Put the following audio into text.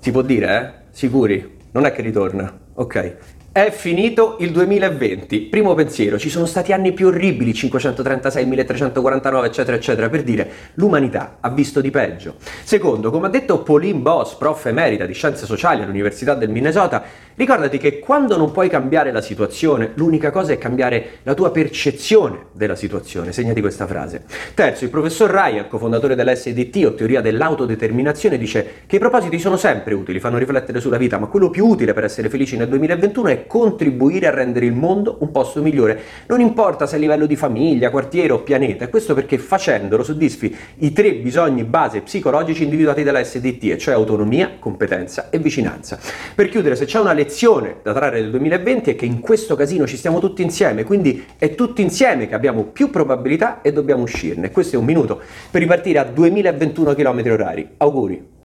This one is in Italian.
Si può dire, eh? Sicuri? Non è che ritorna. Ok. È finito il 2020. Primo pensiero, ci sono stati anni più orribili, 536, 1349, eccetera, eccetera, per dire l'umanità ha visto di peggio. Secondo, come ha detto Pauline Boss, prof emerita di scienze sociali all'Università del Minnesota, ricordati che quando non puoi cambiare la situazione, l'unica cosa è cambiare la tua percezione della situazione. Segnati questa frase. Terzo, il professor Ryan, cofondatore dell'SDT o teoria dell'autodeterminazione, dice che i propositi sono sempre utili, fanno riflettere sulla vita, ma quello più utile per essere felici nel 2021 è contribuire a rendere il mondo un posto migliore. Non importa se a livello di famiglia, quartiere o pianeta, e questo perché facendolo soddisfi i 3 bisogni base psicologici individuati dalla SDT, e cioè autonomia, competenza e vicinanza. Per chiudere, se c'è una lezione da trarre del 2020 è che in questo casino ci stiamo tutti insieme, quindi è tutti insieme che abbiamo più probabilità e dobbiamo uscirne. Questo è un minuto per ripartire a 2021 km/h. Auguri!